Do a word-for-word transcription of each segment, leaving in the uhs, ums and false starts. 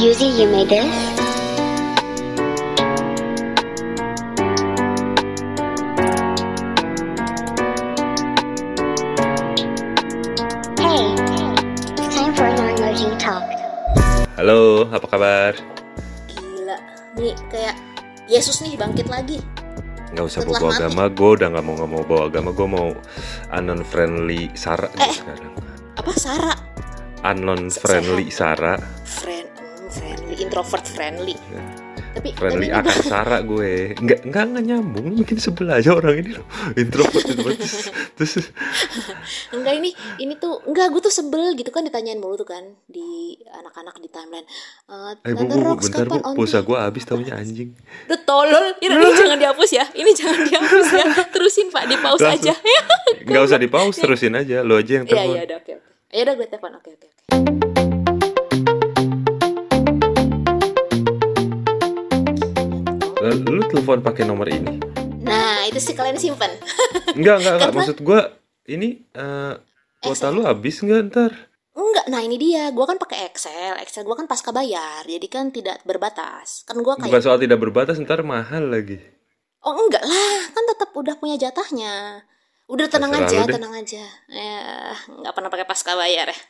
Yuzi, you made this? Hey, it's time for non-emoji talk. Halo, apa kabar? Gila, nih kayak Yesus nih bangkit lagi. Nggak usah Setelah bawa mati. agama, gue udah nggak mau nggak mau bawa agama, gue mau anon friendly Sarah nih Eh. sekarang. Apa Sarah? Anon Se- friendly sehat. Sarah, Friend, hmm, friendly, introvert friendly. Tapi friendly tapi ini akar Sarah gue. Nggak nggak nggak nyambung, mungkin sebelah aja orang ini loh. Introvert introvert terus, terus enggak ini ini tuh enggak gue tuh sebel gitu kan ditanyain mulu tuh kan di anak-anak di timeline. Eh, eh bu, Tante bu, bu, Rox bentar bu, kapan on pulsa di- gue habis taunya anjing. Duh tolol, ini, ini jangan dihapus ya. Ini jangan dihapus ya. Terusin Pak, di pause Langsung. aja. Ya. Nggak usah di pause, terusin aja, lo aja yang Iya telepon. iya udah oke oke. Ya udah gue telepon oke oke oke. Lu, lu telepon pakai nomor ini? Nah, itu sih kalian simpen. Enggak enggak enggak, Karena- maksud gue ini eh kuota lu habis nggak ntar? Enggak, nah ini dia. Gue kan pakai Excel. Excel gue kan pasca bayar, jadi kan tidak berbatas. Kan gue Bukan kayak soal tidak berbatas, ntar mahal lagi. oh enggak lah, kan tetap udah punya jatahnya. Udah tenang Terserah aja, lu deh. tenang aja. Ya, nggak pernah pakai pasca bayar ya.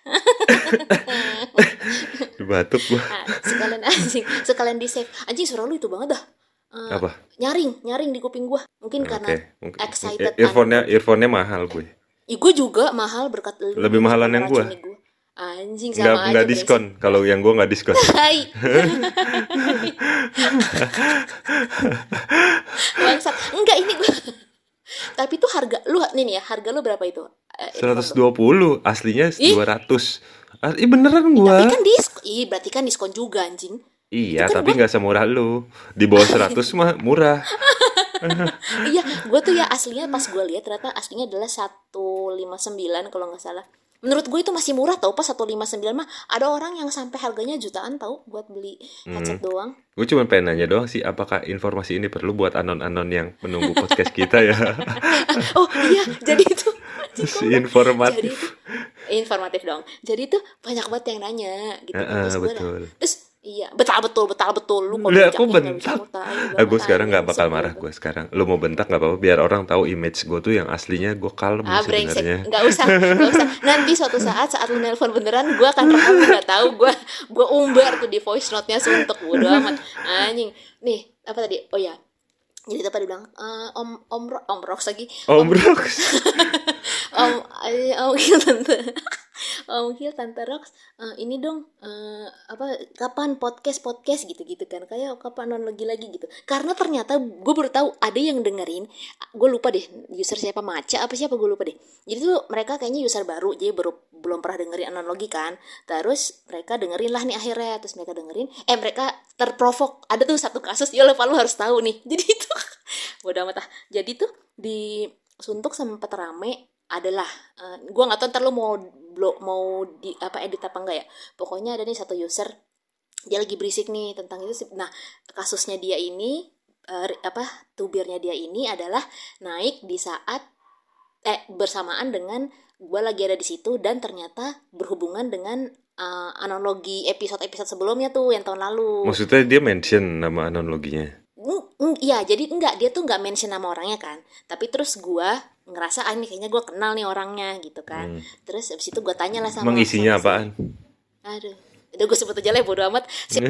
Batuk gua. Nah, sekalian anjing, sekalian di save. Anjing suara lu itu banget dah. Eh, Apa? nyaring, nyaring di kuping gue. Mungkin karena Oke, mungkin excited. earphone-nya earphone-nya mahal gue. Ih, gue juga mahal berkat lu. Lebih mahalan yang gua. meracuni gua. Anjing Nggak sama nggak aja. diskon. Kalau yang gua nggak diskon. Hai. Bangsat. Enggak ini gue. Tapi itu harga lu nih nih ya, harga lu berapa itu? Eh, seratus dua puluh, aslinya Ih. dua ratus. Ah, ih beneran gua. Tapi kan diskon. Ih, berarti kan diskon juga anjing. Iya, itu kan tapi nggak semurah lu. Di bawah seratus mah murah. Iya, gue tuh ya aslinya pas gue lihat ternyata aslinya adalah seratus lima puluh sembilan kalau nggak salah. Menurut gue itu masih murah tau, pas seratus lima puluh sembilan mah ada orang yang sampai harganya jutaan tau buat beli headset Hmm. doang. Gue cuma pengen nanya doang sih, apakah informasi ini perlu buat anon-anon yang menunggu podcast kita ya? Oh iya, jadi itu anjing, Si goblok. Jadi informatif. itu informatif dong. Jadi itu banyak banget yang nanya gitu. kan. Heeh, Terus gue betul. terus iya, betul betul betul betul lu kalau Lihat aku bijaknya nggak bisa bentak. mutai, Ah, banget, gue sekarang nggak anjing, bakal sebel marah banget. gue sekarang. Lu mau bentak nggak apa-apa, biar orang tahu image gue tuh yang aslinya gue kalem Ah brengsek, sebenarnya. nggak usah, nggak usah. Nanti suatu saat saat lu nelpon beneran, gue akan rekam, lu nggak tahu, gue gue umbar tuh di voice note-nya suntuk, bodo amat, anjing. Nih apa tadi? Oh ya, jadi apa dia bilang? Eh, om om Ro- om Rox lagi, Om Rox. om eh, om Gil tante, om Gil tante Rox, eh, ini dong, eh, apa? Kapan podcast podcast gitu-gitu kan? Kayak kapan non lagi lagi gitu? Karena ternyata gue baru tahu ada yang dengerin. Gue lupa deh user siapa, Maca apa siapa, gue lupa deh. Jadi tuh mereka kayaknya user baru, jadi baru belum pernah dengerin analogi kan. Terus mereka dengerin lah nih akhirnya, terus mereka dengerin, eh mereka terprovok. Ada tuh satu kasus, ya lo lu harus tahu nih. Jadi itu bodo amat ah. Jadi tuh di Suntuk sempat rame adalah uh, gue nggak tahu ntar lo mau blo- mau di apa edit apa enggak ya. Pokoknya ada nih satu user, dia lagi berisik nih tentang itu sih. Nah kasusnya dia ini uh, ri- apa tubirnya dia ini adalah naik di saat eh bersamaan dengan gue lagi ada di situ, dan ternyata berhubungan dengan uh, analogi episode-episode sebelumnya tuh yang tahun lalu. Maksudnya dia mention nama analoginya. Mm, mm, Iya, jadi enggak, dia tuh enggak mention nama orangnya kan. Tapi terus gue ngerasa, ah ini kayaknya gue kenal nih orangnya gitu kan. Hmm. Terus abis itu gue tanya lah sama Emang isinya sama si- apaan? Aduh, udah gue sebut aja lah ya, bodo amat. Si,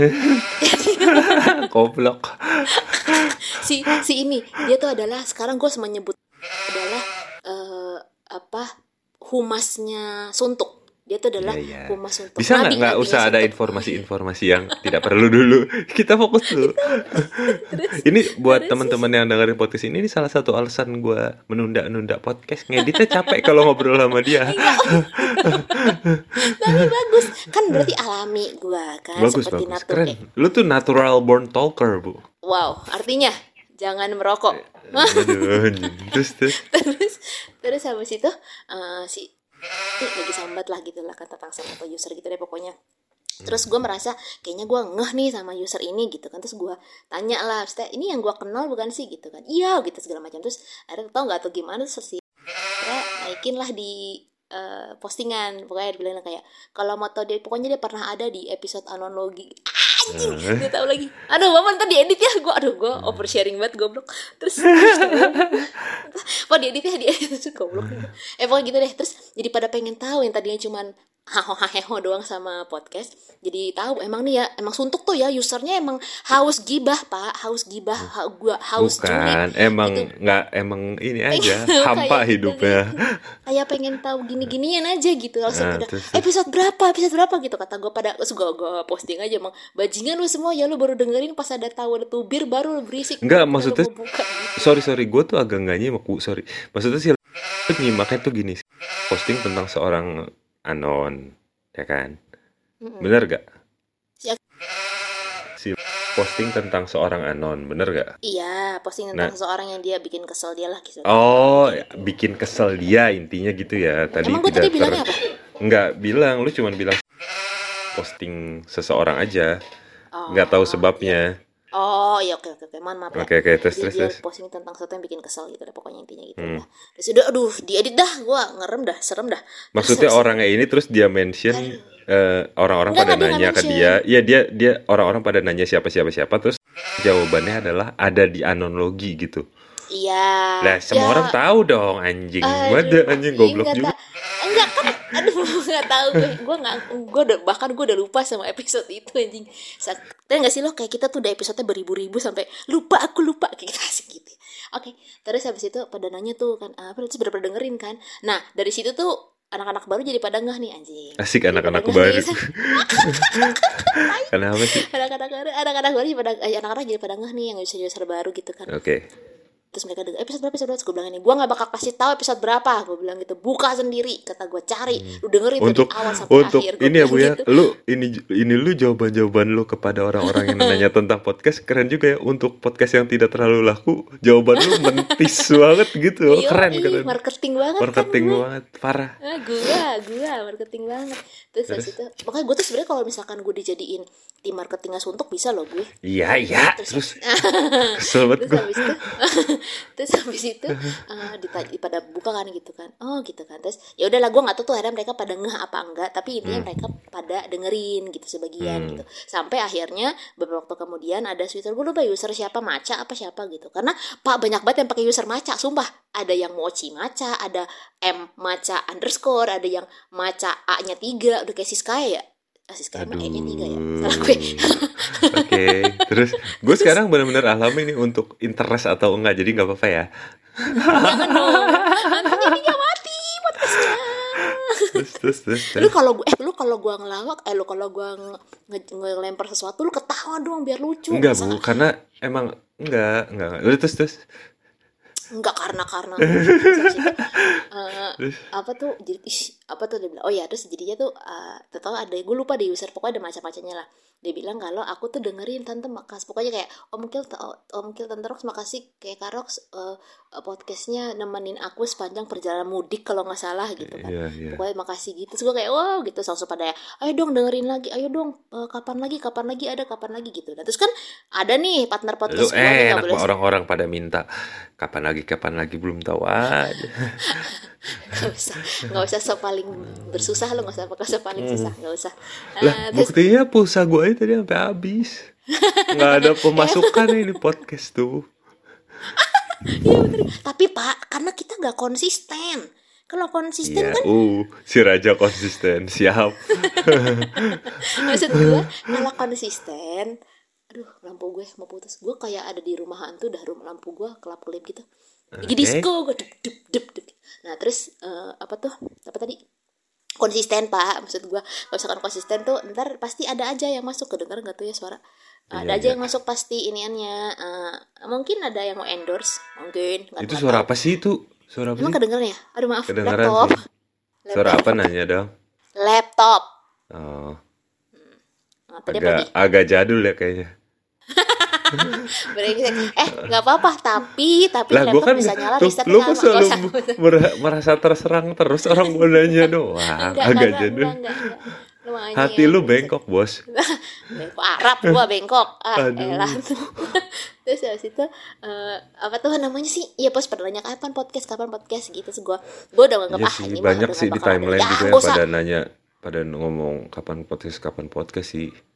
Goblok. si, si ini, dia tuh adalah, sekarang gue menyebut adalah eh, apa humasnya Suntuk. Dia tuh adalah Iya, iya. humas Suntuk. Bisa nggak Nabi- nggak nabinya usah ada Suntuk. informasi-informasi yang tidak perlu dulu. Kita fokus dulu. Ini buat terus teman-teman yang dengerin podcast ini, ini salah satu alasan gue menunda-nunda podcast. Ngeditnya capek kalau ngobrol sama dia. Tapi bagus, kan berarti alami gue kan. Bagus seperti bagus, natur. keren. Eh, Lu tuh natural born talker, Bu. wow, artinya jangan merokok. Aduh, anjing. terus terus. terus terus habis itu eh, si itu lagi sambat lah gitu lah kan tentang sama atau user gitu deh pokoknya. Terus gue merasa kayaknya gue ngeh nih sama user ini gitu kan. Terus gue tanya lah, "Maksudnya ini yang gue kenal bukan sih?" gitu kan. Iya gitu segala macam. Terus akhirnya tau nggak atau gimana, terus si akhirnya naikin lah di eh, postingan. Pokoknya dia bilang kayak kalau mau tau dia, pokoknya dia pernah ada di episode analogi. Ah, anjing, Eh. gue tahu lagi. Aduh, bapak ntar diedit ya, gue aduh gue oversharing banget goblok. Terus, apa diedit ya diedit terus goblok. Eh pokoknya gitu deh. Terus jadi pada pengen tahu yang tadinya cuman haho haheho doang sama podcast, jadi tahu emang nih ya, emang suntuk tuh ya usernya emang haus gibah pak, haus gibah, ha, gua haus Bukan, julid emang gitu. nggak emang ini aja Kayak hampa gitu, hidupnya. kayak pengen tahu gini-ginian aja gitu. Langsung Nah, udah terus, terus. episode berapa episode berapa gitu kata gue pada. Terus gue gue posting aja, emang bajingan lu semua ya, lu baru dengerin pas ada tahu ada tubir baru lu berisik. Enggak, Baru maksudnya lu mau buka, gitu. sorry sorry gue tuh agak nggak nyimak Bu, sorry. Maksudnya sih nyimaknya tuh gini, posting tentang seorang anon, ya kan? Mm-mm. Bener gak? Si- Si posting tentang seorang anon, bener gak? Iya, posting tentang Nah. seorang yang dia bikin kesel dia lah gitu. Oh, ya, bikin kesel dia intinya gitu ya. Tadi Emang gue tidak tadi bilangnya apa? Enggak bilang, lu cuman bilang posting seseorang aja, Oh, nggak tahu sebabnya. Oh, iya oke oke oke. Mohon maaf ya. Oke oke terus Jadi terus dia terus. posting tentang sesuatu yang bikin kesel gitu deh, pokoknya intinya gitu Hmm. dah. Terus udah aduh, diedit dah, gua ngerem dah, serem dah. Terus Maksudnya habis- orangnya ini terus dia mention eh, orang-orang Enggak, pada enggak, dia nanya nggak ke mention. dia. Iya dia dia orang-orang pada nanya siapa siapa siapa terus jawabannya adalah ada di analogi gitu. Iya. Lah semua Ya, orang tahu dong anjing. aduh, Ada anjing ih, goblok nggak juga. ta- Enggak kan, aduh nggak tahu gue, gue nggak, gue udah bahkan gue udah lupa sama episode itu anjing. Sa- Tahu nggak sih lo kayak kita tuh udah episode beribu-ribu sampai lupa aku lupa kayak kita asik gitu. Oke, terus habis itu pada nanya tuh kan apa terus bener-bener dengerin kan. Nah dari situ tuh anak-anak baru jadi pada ngeh nih anjing. Asik Jadi anak-anak pada ngeh baru. nih. Kenapa sih? anak-anak baru anak-anak baru jadi pada eh, anak-anak jadi pada ngeh nih yang user user baru gitu kan. Oke. Terus mereka denger episode berapa episode berapa, gue bilang ini gue nggak bakal kasih tahu episode berapa, gue bilang gitu, buka sendiri kata gue, cari lu dengerin Untuk dari awal sampai untuk akhir. Gua ini ya Bu bilang ya. gitu. Lu ini ini lu jawaban-jawaban lu kepada orang-orang yang nanya tentang podcast keren juga ya. Untuk podcast yang tidak terlalu laku, jawaban lu mentis banget gitu. Yoi, Keren keren. marketing banget Marketing kan gue. banget, parah. Ah, gua, gua marketing banget. Terus habis itu, makanya gue tuh sebenarnya kalau misalkan gue dijadiin tim marketingnya Suntuk bisa loh gue. Iya iya. Terus kesel banget Terus gue. habis itu, terus habis itu uh, ditanya, pada buka kan gitu kan, oh gitu kan. Terus ya udahlah gue nggak tahu tuh akhirnya mereka pada ngeh apa enggak, tapi intinya Hmm. mereka pada dengerin gitu sebagian Hmm. gitu. Sampai akhirnya beberapa waktu kemudian ada Twitter, gue lupa user siapa, Maca apa siapa gitu. Karena pak banyak banget yang pakai user Maca, sumpah. Ada yang Mochi Maca, ada M Maca underscore, ada yang Maca A-nya tiga, udah kayak Siskaya ya. Ah, Siskaya emang E-nya tiga ya. Salah gue. Oke, terus gue sekarang benar-benar alami nih untuk interest atau enggak, jadi nggak apa-apa ya. Jangan dong. Nanti jadinya mati podcastnya. Terus terus terus. Lu terus. kalau gue eh lu kalau gua ngelawak, eh lu kalau gua nge- nge- ngelempar sesuatu lu ketawa dong biar lucu. Enggak Masa Bu, karena emang enggak enggak. enggak. Udah, terus terus. enggak karena karena Terus itu, eh, Terus. apa tuh jadi ih, apa tuh dia bilang, oh ya terus jadinya tuh uh, tahu ada gue lupa di user, pokoknya ada macam-macamnya lah. Dia bilang kalau aku tuh dengerin tante makas, pokoknya kayak om Kil om Kil tante Rox makasih kayak Karox uh, podcastnya nemenin aku sepanjang perjalanan mudik kalau nggak salah gitu kan. Iya iya. Pokoknya makasih gitu. Terus gue kayak wow gitu, langsung pada ayo dong dengerin lagi, ayo dong eh, kapan lagi kapan lagi ada kapan lagi gitu. Nah terus kan ada nih partner Lu podcast gue nih, eh nggak enak boleh orang-orang pada minta kapan lagi kapan lagi belum tahu aja. nggak usah nggak usah so paling bersusah lo, nggak usah pakai so paling susah, nggak usah. Lah Nah, terus buktinya pulsa gue aja tadi sampai habis. Nggak ada pemasukan nih di podcast tuh. iya bener. Tapi pak karena kita nggak konsisten. Kalau konsisten Iya, kan uh, si raja konsisten, siap. maksud gue kalau konsisten, aduh lampu gue mau putus, gue kayak ada di rumah hantu dah, rumah lampu gue kelap kelip gitu, lagi Oke. disco gue dup dup dup dup. Nah terus eh, apa tuh apa tadi konsisten pak, maksud gue kalau misalkan konsisten tuh ntar pasti ada aja yang masuk, kedenger nggak tuh ya suara. Ada Iya, aja iya. yang masuk pasti iniannya, eh, mungkin ada yang mau endorse, mungkin nggak Itu nggak suara tahu. apa sih itu? Suara apa Emang sih? kedengeran ya? Aduh maaf, Kedengeran laptop. sih. Suara apa nanya dong? Laptop. Oh, Nah, tadi apa agak agak jadul ya kayaknya. Brengsek. Eh nggak apa-apa, tapi tapi Lah gue laptop kan bisa nyala tuh, reset lu lama. kok Nggak selalu usah, nggak usah. mer- merasa terserang terus orang gue nanya doang. Enggak, Agak karena- jadul. enggak, enggak, enggak. Lu makanya Hati yang lu brengsek. bengkok bos. Bengkok Arab gua bengkok. Ah, Aduh. elah. Terus habis itu eh, apa tuh namanya sih? Iya pas pada nanya kapan podcast, kapan podcast gitu. Terus gua gua udah nganggap Iya ah sih ini mah banyak udah sih nggak di bakal ada. timeline Ya, juga nggak yang usah. pada nanya, pada ngomong kapan podcast kapan podcast sih.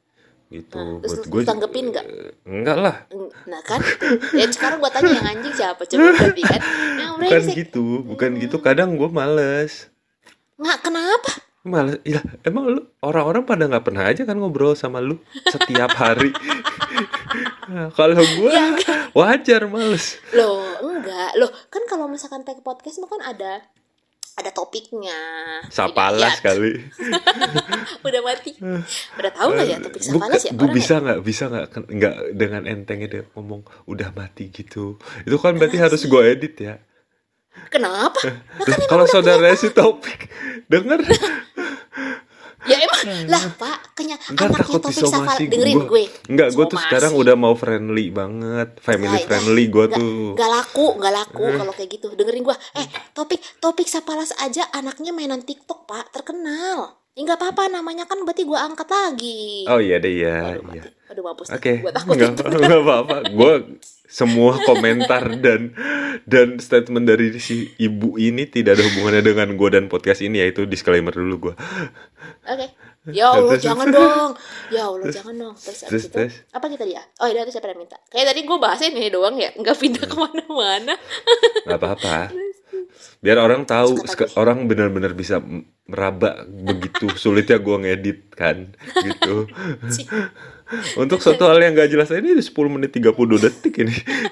gitu. Nah, terus Buat lu gue tanggepin nggak? enggak lah, Nah kan, ya sekarang gua tanya yang anjing siapa coba berarti kan? Yang bukan brengsek. gitu, bukan gitu. Kadang gue males, Nggak kenapa? males. Ya emang lu orang-orang pada nggak pernah aja kan ngobrol sama lu setiap hari. Nah, kalau gue wajar males. Loh, enggak. Loh, kan kalau misalkan pakai podcast mah kan ada ada topiknya. Sapalas Hidayat. kali. Udah mati. Udah tahu nggak ya topik sapalas ya? Bu Orang bisa nggak bisa nggak nggak dengan entengnya dia ngomong udah mati gitu. Itu kan berarti harus gue edit ya. ya? Kenapa? Lah, Lah, kalau saudara si topik denger Ya emang lah Pak, kenya nggak anaknya takut topik sapalas disomasi dengerin gua. gue. Nggak, gue tuh Somasi. sekarang udah mau friendly banget, family Nggak, friendly gue nggak, tuh. nggak laku, nggak laku kalau kayak gitu. Dengerin gue. Eh, topik topik sapalas aja anaknya mainan TikTok Pak, terkenal. Ya nggak apa-apa, namanya kan berarti gue angkat lagi. Oh iya deh ya. Aduh, Iya. mati. Aduh mampus. Oke, Gue takut nggak itu. nggak apa-apa. Gue semua komentar dan dan statement dari si ibu ini tidak ada hubungannya dengan gue dan podcast ini, yaitu disclaimer dulu gue. Oke. Ya Allah, Terus, jangan terus. dong. Ya Allah, jangan dong. Terus abis terus, itu, terus. apa kita dia? Oh, iya, terus siapa yang minta? Kayak tadi gue bahasnya ini doang ya, nggak pindah kemana-mana. Nggak apa-apa. Biar orang tahu, Suka sek- orang benar-benar bisa m- meraba begitu sulitnya gue ngedit kan, gitu. Untuk suatu hal yang gak jelas ini udah sepuluh menit tiga puluh dua detik ini.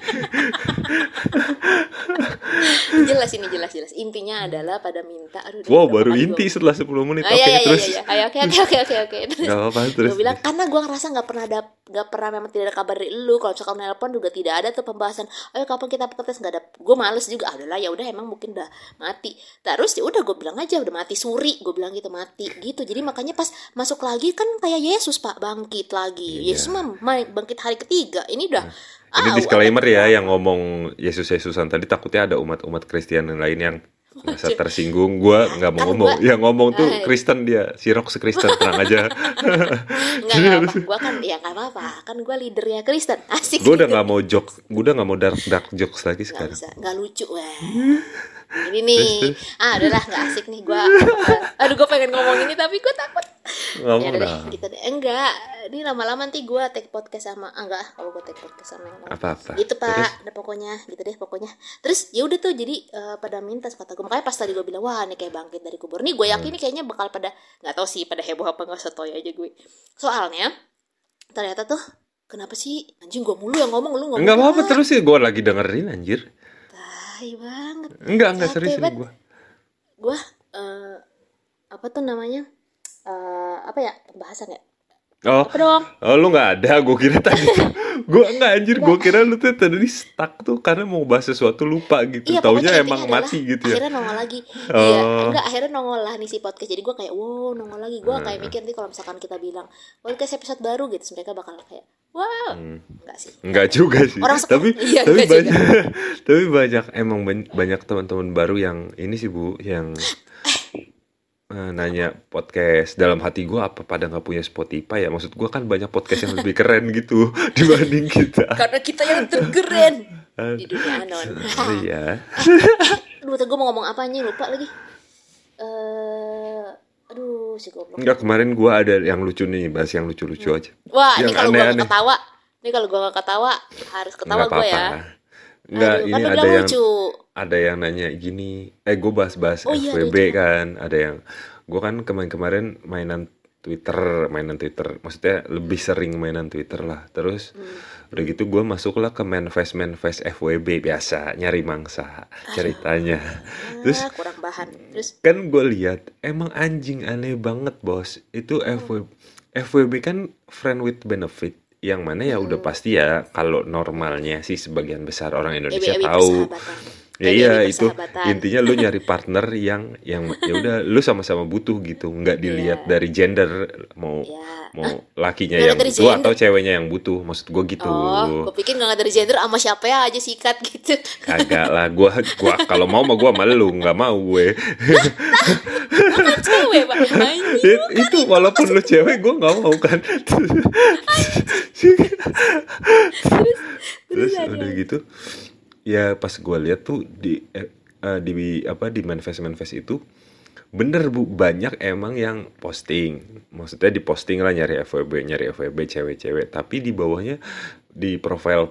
Jelas ini jelas jelas. Intinya adalah pada minta. Aduh, udah Wow, berapa baru kali inti gua- setelah sepuluh menit. Ah, Oke, iya, iya, terus. iya, iya. Ayo, oke, oke, oke, oke, oke. Terus Gak apa-apa, terus. gue bilang karena gue ngerasa nggak pernah ada nggak pernah memang tidak ada kabar dari lu. Kalau misalkan nelpon juga tidak ada tuh pembahasan. Ayo kapan kita podcast nggak ada. Gue males juga. Ah, udahlah ya udah emang mungkin udah mati. Terus ya udah gue bilang aja udah mati suri. Gue bilang gitu mati gitu. Jadi makanya pas masuk lagi kan kayak Yesus Pak bangkit lagi. Iya. Yesus mah ma- bangkit hari ketiga. Ini udah. Ini ah, disclaimer ada- ya, yang ngomong Yesus-Yesusan tadi takutnya ada umat-umat Kristen yang lain yang merasa tersinggung. Gue nggak mau Kan ngomong. gua- Yang ngomong tuh Ah. Kristen dia, si Rox Kristen, tenang aja. Nggak nggak apa. Gue kan ya nggak apa-apa. Kan gue leadernya Kristen. Asik. Gue udah gitu. nggak mau joke, gue udah nggak mau dark dark jokes lagi Nggak sekarang. bisa, nggak lucu weh. Ini nih, ah udahlah nggak asik nih gue. Aduh gue pengen ngomong ini tapi gue takut. Ya Ngomong udah deh, dong. gitu deh. Enggak, ini lama-lama nanti gue take podcast sama, ah, enggak, kalau gue take podcast sama yang lain. Apa-apa. Gitu Terus? Pak, udah pokoknya, gitu deh pokoknya. Terus ya udah tuh jadi eh, pada minta kata gue, makanya pas tadi gue bilang wah ini kayak bangkit dari kubur. Nih gue yakin Hmm. nih kayaknya bakal pada, nggak tahu sih pada heboh apa nggak sotoy aja gue. Soalnya ternyata tuh kenapa sih anjing gue mulu yang ngomong lu ngomong. Enggak apa-apa, Pak. terus sih gue lagi dengerin anjir. Tai banget. Enggak, enggak Capek serius ini banget. gue. Gue eh, apa tuh namanya eh, apa ya pembahasan ya Oh, apa dong oh lu nggak ada, gue kira tadi. Gue enggak anjir, gue kira lu tuh tadi stuck tuh karena mau bahas sesuatu lupa gitu. iya Taunya pokoknya emang intinya mati adalah gitu ya. akhirnya nongol lagi Oh. iya enggak akhirnya nongol lah nih si podcast jadi gue kayak wow nongol lagi gue Hmm. kayak mikir nih kalau misalkan kita bilang podcast episode baru gitu mereka bakal kayak wow Hmm. enggak sih Enggak juga sih. Orang sekarang- tapi iya, tapi enggak juga. banyak tapi banyak emang ban- banyak teman-teman baru yang ini sih Bu, yang eh, nanya podcast. Dalam hati gue apa pada nggak punya Spotify ya? Maksud gue kan banyak podcast yang lebih keren gitu dibanding kita. karena kita yang terkeren di dunia anon Iya. aduh gue mau ngomong apa nih lupa lagi eh aduh si goblok Enggak, kemarin gue ada yang lucu nih, bahas yang lucu-lucu aja. wah ini Yang kalau gue gak aneh-aneh. ketawa ini kalau gue gak ketawa harus ketawa Nggak gue ya apa-apa. Enggak, Aduh, ini kan lu ada bilang yang lucu. ada yang nanya gini. Eh, gue bahas-bahas Oh iya, F W B ada juga. kan. Ada yang gue kan kemarin-kemarin mainan Twitter, mainan Twitter. Maksudnya lebih sering mainan Twitter lah. Terus Hmm. udah gitu gue masuklah ke manifest manifest F W B biasa, nyari mangsa ceritanya. Terus ah, kurang bahan terus kan gue lihat emang anjing aneh banget bos. Itu F W B, F W B kan friend with benefit, yang mana ya udah pasti ya kalau normalnya sih sebagian besar orang Indonesia Ewi-ewi tahu. persahabatan. Ya Ewi-ewi iya itu persahabatan. intinya lu nyari partner yang yang ya udah lu sama-sama butuh gitu, nggak dilihat Iya. dari gender mau Ya. mau lakinya Nggak yang dari butuh gender. atau ceweknya yang butuh, maksud gue gitu. Oh, gue pikir gak dari gender sama siapa ya aja sikat gitu. Kagak lah, gua gua kalau mau mah gua malu, nggak mau gue. Lu kan cewek, Pak. Anjing. It- itu walaupun lu cewek gue nggak mau kan. Terus ada. udah gitu ya pas gue lihat tuh di eh, eh, di apa di manifest manifest itu bener Bu, banyak emang yang posting. Maksudnya di posting lah nyari F W B, nyari F W B cewek-cewek. Tapi di bawahnya di profile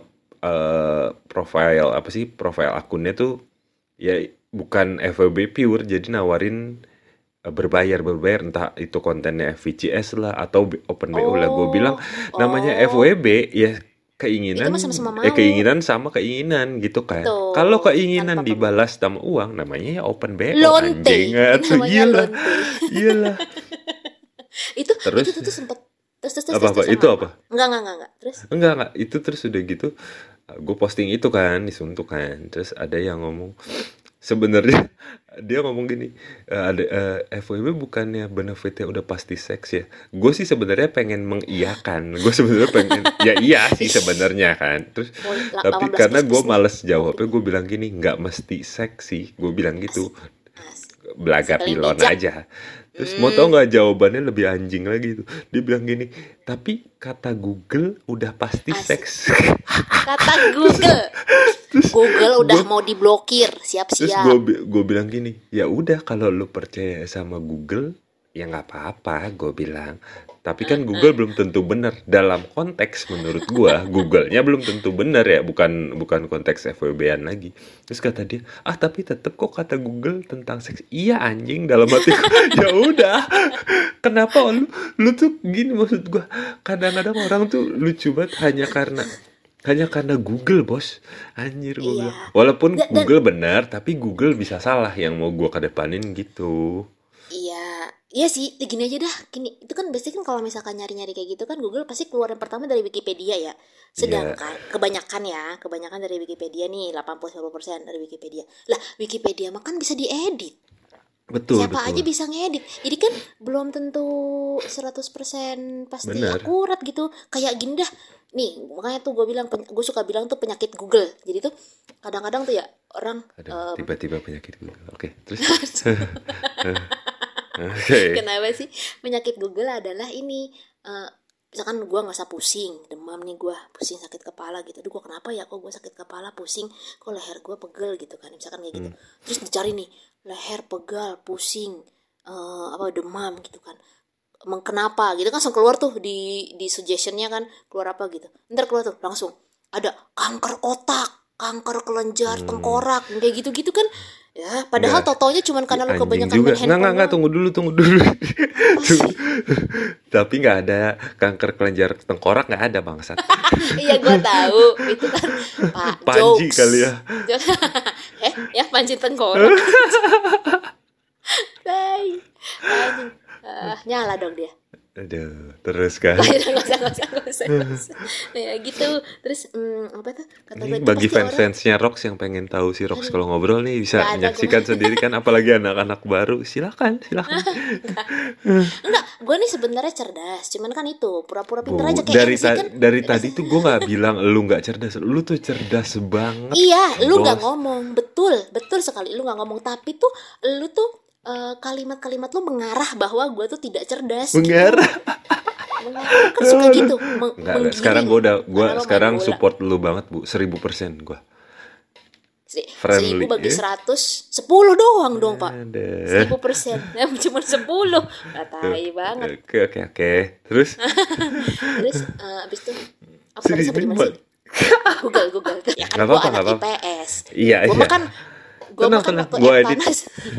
eh profile apa sih? Profile akunnya tuh ya bukan F W B pure, jadi nawarin eh, berbayar berbayar entah itu kontennya F V C S lah atau B- Open B O lah. Gue bilang Oh, namanya oh, F W B ya itu mah keinginan sama-sama eh mau. keinginan sama keinginan gitu kan. Kalau Tuh, keinginan tanpa pem dibalas sama uang namanya ya Open B O lonte, anjing. Ah, tuh namanya iyalah. lonte. Iyalah. Itu itu Terus tuh tuh sempet terus terus terus apa terus apa terus itu sama apa? enggak enggak enggak enggak terus Enggak enggak itu terus udah gitu gue posting itu kan disuntuk kan. Terus ada yang ngomong sebenarnya dia ngomong gini "Eh, ada eh, F W B bukannya benefitnya udah pasti seks ya. Gue sih sebenarnya pengen mengiyakan. Gue sebenarnya pengen ya iya sih sebenarnya kan. Terus mau la- tapi delapan belas karena plus gue plus nih males ngopi jawabnya gue bilang gini nggak mesti seks sih. Gue bilang gitu asik asik belaga paling pilon bijak. aja. Terus mau tau Hmm, nggak jawabannya lebih anjing lagi tuh. Dia bilang gini, tapi kata Google udah pasti asik seks. kata Google terus Google udah gue mau diblokir terus siap-siap. gue gue bilang gini, ya udah kalau lu percaya sama Google ya nggak apa-apa, gue bilang. Tapi kan Google belum tentu benar dalam konteks menurut gua. Google-nya belum tentu benar ya, bukan bukan konteks F W B-an lagi. Terus kata dia, ah tapi tetep kok kata Google tentang seks. Iya anjing dalam hatiku. Ya udah, kenapa lu lu tuh gini maksud gua. Kadang-kadang orang tuh lucu banget hanya karena hanya karena Google bos. Anjir gue Iya. bilang. Walaupun Dan, dan Google benar, tapi Google bisa salah yang mau gua kedepanin gitu. iya, iya sih, gini aja dah. Gini, itu kan biasanya kan kalau misalkan nyari-nyari kayak gitu kan Google pasti keluar yang pertama dari Wikipedia ya. Iya, Sedangkan kebanyakan ya, kebanyakan dari Wikipedia nih delapan puluh sampai sembilan puluh persen dari Wikipedia. Lah, Wikipedia mah kan bisa diedit. betul Siapa aja betul. bisa ngedit. Jadi kan belum tentu seratus persen pasti Benar. akurat gitu. Kayak gini dah. Nih, makanya tuh gue bilang gue suka bilang tuh penyakit Google. Jadi tuh kadang-kadang tuh ya orang Aduh, em, tiba-tiba penyakit Google. Oke, terus oke. kenapa sih penyakit Google adalah ini eh, misalkan gue nggak usah pusing demam nih gue pusing sakit kepala gitu aduh gue kenapa ya kok gue sakit kepala pusing kok leher gue pegel gitu kan misalkan kayak gitu Hmm. terus dicari nih leher pegal pusing eh, apa demam gitu kan emang kenapa gitu kan langsung keluar tuh di di suggestionnya kan keluar apa gitu ntar keluar tuh langsung ada kanker otak kanker kelenjar Hmm. tengkorak kayak gitu-gitu kan ya padahal Enggak, totonya cuman ya, karena lu anjing kebanyakan juga. main Nggak, nggak, handphone nggak, doang tunggu dulu, tunggu dulu. apa Tunggu. sih Tapi nggak ada kanker kelenjar tengkorak, nggak ada bangsat. iya gue tahu itu kan pak Panji jokes kali ya. eh ya panci tengkorak Bye. Anjing. Ah, nyala dong dia Aduh, terus kan. Lah, ya, nggak usah nggak usah nggak usah nggak usah. Nah, ya gitu terus hmm, apa tuh kata gue Ini itu bagi pasti orang fans-fansnya Rox yang pengen tahu si Rox aduh kalau ngobrol nih bisa nggak ada gue menyaksikan sendiri kan, apalagi anak-anak baru. Silakan, silakan. enggak gue nih sebenarnya cerdas cuman kan itu pura-pura pintar Bu, aja kayak dari M C ta- kan dari tadi tuh gue nggak bilang lu nggak cerdas, lu tuh cerdas banget, iya lu nggak bos. ngomong betul betul sekali lu nggak ngomong tapi tuh lu tuh eh, kalimat-kalimat lu mengarah bahwa gue tuh tidak cerdas gitu Mengarah. mengarah kan suka Aduh. gitu meng- Enggak, enggak. Sekarang menggiring gue udah, gue karena lo main sekarang bola support lu banget bu, seribu persen gue. Se- seribu Friendly, bagi ya. seratus sepuluh doang dong pak Ada. seribu persen cuma sepuluh nggak Tuh. tai banget Oke, oke, oke. Terus, terus eh, abis itu apa tadi sini sampai di mana Mbak. sih Google Google ya kan Nggak gue apa-apa, anak nggak apa-apa. I P S Iya, gue iya. makan gue Tenang, makan tenang. waktu Gue F edit. panas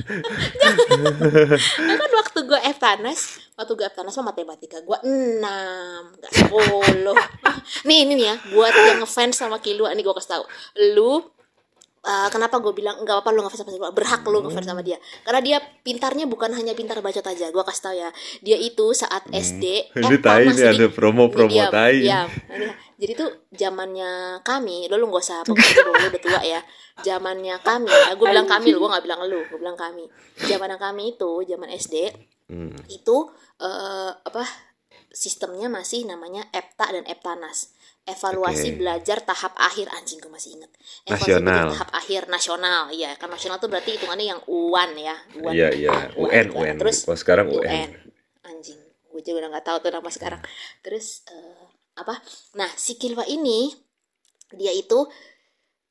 kan waktu gue F panas waktu gue F panas mah matematika gue enam nggak sepuluh nih ini nih ya buat yang ngefans sama Kilua nih gue kasih tahu lu uh, kenapa gue bilang nggak apa-apa lu ngefans sama Kilua berhak lu ngefans sama dia karena dia pintarnya bukan hanya pintar bacot aja gue kasih tahu ya dia itu saat S D Hmm. Ini F tai panas nih, ada ini promo-promo diam tai. diam Ini, jadi tuh zamannya kami lo lu nggak usah pokoknya lu udah tua ya zamannya kami ya gue bilang kami gue nggak bilang lu gue bilang kami zamannya kami itu zaman S D Hmm. itu eh, apa sistemnya masih namanya EPTA dan EPTANAS evaluasi Oke. belajar tahap akhir anjing gue masih inget evaluasi belajar Nasional. tahap akhir nasional ya kan nasional tuh berarti hitungannya yang U satu ya U satu Iya, iya. U N, gitu. U N. Terus Oh, sekarang U U N. N anjing gue juga udah nggak tahu tuh nama sekarang terus eh, apa nah si Kilwa ini dia itu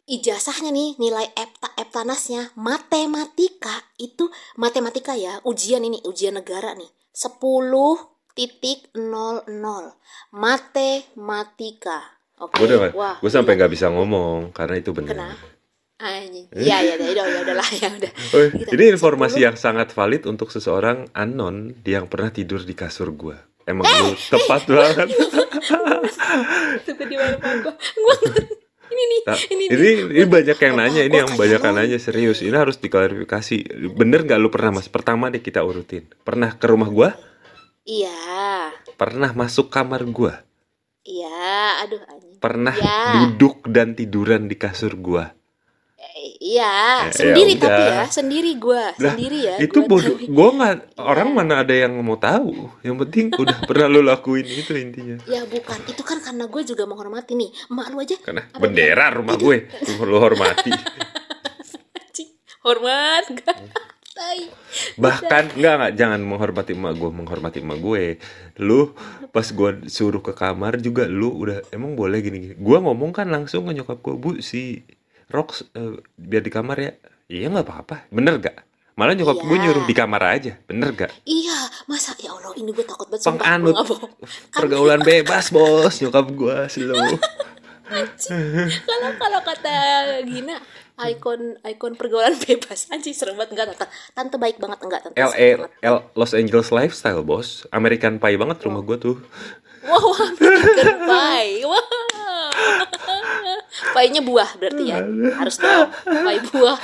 ijazahnya nih, nilai epta eptanasnya matematika itu matematika ya, ujian ini ujian negara nih sepuluh titik nol nol matematika. Oke, Gue udah, wah, gue sampai gila. nggak bisa ngomong karena itu benar. Kenapa? Anjing. Iya, iya, ya udah, ya udahlah, ya udah. Oh, Gitu. ini informasi yang sangat valid untuk seseorang anon yang pernah tidur di kasur gue. Emang lu tepat banget. Itu di mana gua. Gua ini nih, Nah, ini ini, nih. ini banyak yang Otak nanya, ini gua yang kayak banyak yang non. nanya serius. Ini harus diklarifikasi. Bener nggak lu pernah mas? Pertama deh kita urutin. Pernah ke rumah gua? Iya. Pernah masuk kamar gua? Iya, aduh anjing. Pernah Iya. duduk dan tiduran di kasur gua? Eh, Iya, Eh, sendiri ya tapi udah. ya, sendiri gua, Lah, sendiri ya. itu gua bodoh. tapi- Gua nggak. Orang Iya. mana ada yang mau tahu? Yang penting udah pernah lu lakuin itu intinya. Ya bukan, itu kan karena gue juga menghormati nih. Emak lu aja Karena apa bendera rumah gue, lu hormati. anjing. Hormat gak? Tai. Bahkan enggak enggak jangan menghormati emak gue, menghormati emak gue. Lu pas gue suruh ke kamar juga lu udah emang boleh gini-gini. Gue ngomong kan langsung ke nyokap gue, "Bu, si Rox eh, biar di kamar ya." Iya nggak apa-apa, bener gak? Malah nyokap Iya. gue nyuruh di kamar aja, bener gak? Iya, masa ya Allah ini gue takut banget sumpah, Penganut gua nggak bohong. Kan pergaulan bebas bos, nyokap gue slow. kalau kalau kata Gina ikon ikon pergaulan bebas anjing serem banget enggak tante tante baik banget enggak tante L serem A banget. L Los Angeles lifestyle bos, American Pie banget rumah gue tuh. Wow, American Pie. Wah. Pie-nya buah berarti ya. Harus dong. Pie buah.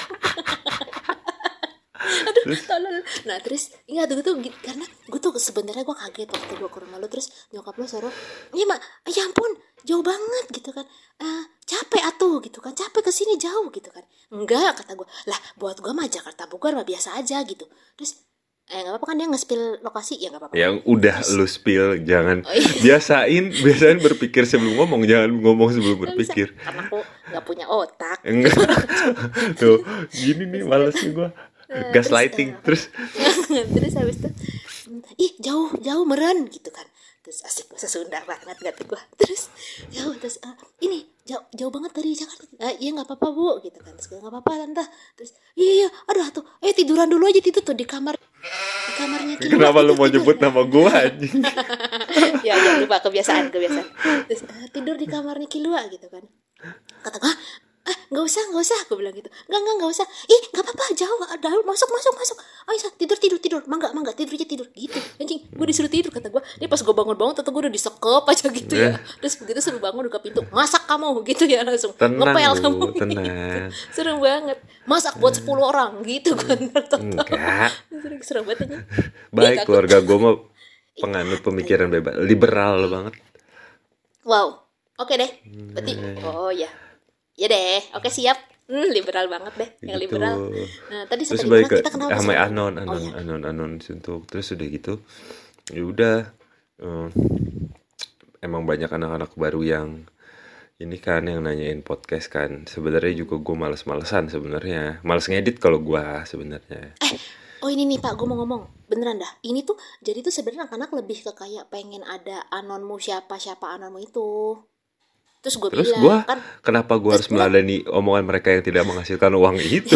Aduh, tolol. Nah, terus ingat tuh tuh gitu, karena gue tuh sebenarnya gue kaget waktu gue ke rumah lu terus nyokap lu suruh, "Iya, Mak. Ya ampun, jauh banget gitu kan. Eh, capek atuh gitu kan. Capek ke sini jauh gitu kan." "Enggak," kata gue. "Lah, buat gue mah Jakarta Bogor mah biasa aja gitu." Terus eh nggak apa-apa kan dia nge-spill lokasi ya nggak apa-apa. Yang udah lu spill, jangan Oh, iya. biasain biasain berpikir sebelum ngomong, jangan ngomong sebelum Nggak bisa, berpikir. karena aku nggak punya otak. Enggak. Tuh, gini nih malesnya gua. Eh, Gaslighting terus, Terus habis itu, ih jauh jauh meren gitu kan. Terus asik bahasa Sunda banget kata gue. Terus jauh terus eh, ini jauh jauh banget dari Jakarta. Eh, iya nggak apa-apa bu gitu kan. Terus nggak apa-apa tante. Terus iya iya aduh tuh eh tiduran dulu aja tidur tuh di kamar di kamarnya Kilua, kenapa lu tidur, mau tidur. nyebut nama gua anjing? Ya jangan lupa kebiasaan kebiasaan. Terus eh, tidur di kamarnya Kilua gitu kan. Kata gue, ah nggak usah nggak usah, aku bilang gitu. Nggak nggak nggak usah. Ih nggak apa-apa jauh, ada masuk masuk masuk. Ayo Sa, tidur tidur tidur, mangga mangga tidur aja tidur gitu. Anjing, gue disuruh tidur kata gue. Ini pas gue bangun bangun, tentu gue udah disekep aja gitu ya. Terus begitu suruh bangun buka pintu, masak kamu gitu ya langsung. Tenang Ngepel lu, kamu. tenang. Seru banget. Masak buat sepuluh orang gitu kan. Enggak. Seru banget aja. Baik, Takut. keluarga gua mah penganut pemikiran bebas, liberal banget. Wow, oke deh. Berarti, oh ya, ya deh. Oke siap. Hmm, liberal banget deh, yang Gitu. liberal. Nah tadi Terus sampai di balik mana ke kita kenapa sama sih? anon, Oh, anon, iya. anon, anon, suntuk. Terus udah gitu, ya udah. eh, emang banyak anak-anak baru yang ini kan yang nanyain podcast kan. Sebenarnya juga gue males-malesan sebenarnya, males ngedit kalau gue sebenarnya. Oh ini nih Pak, gue mau ngomong beneran dah. Ini tuh jadi tuh sebenarnya anak-anak lebih ke kayak pengen ada anonmu siapa siapa anonmu itu. Terus gue Terus bilang gue, kan, kenapa gue terus harus gua- meladani omongan mereka yang tidak menghasilkan uang itu?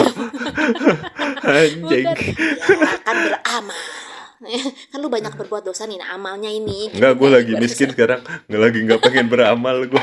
Anjing. bukan, ya kan beramal. Kan lu banyak berbuat dosa nih, nah amalnya ini. gitu Enggak, gue kan, lagi ibaratnya. miskin sekarang. Nggak lagi nggak pengen beramal gue.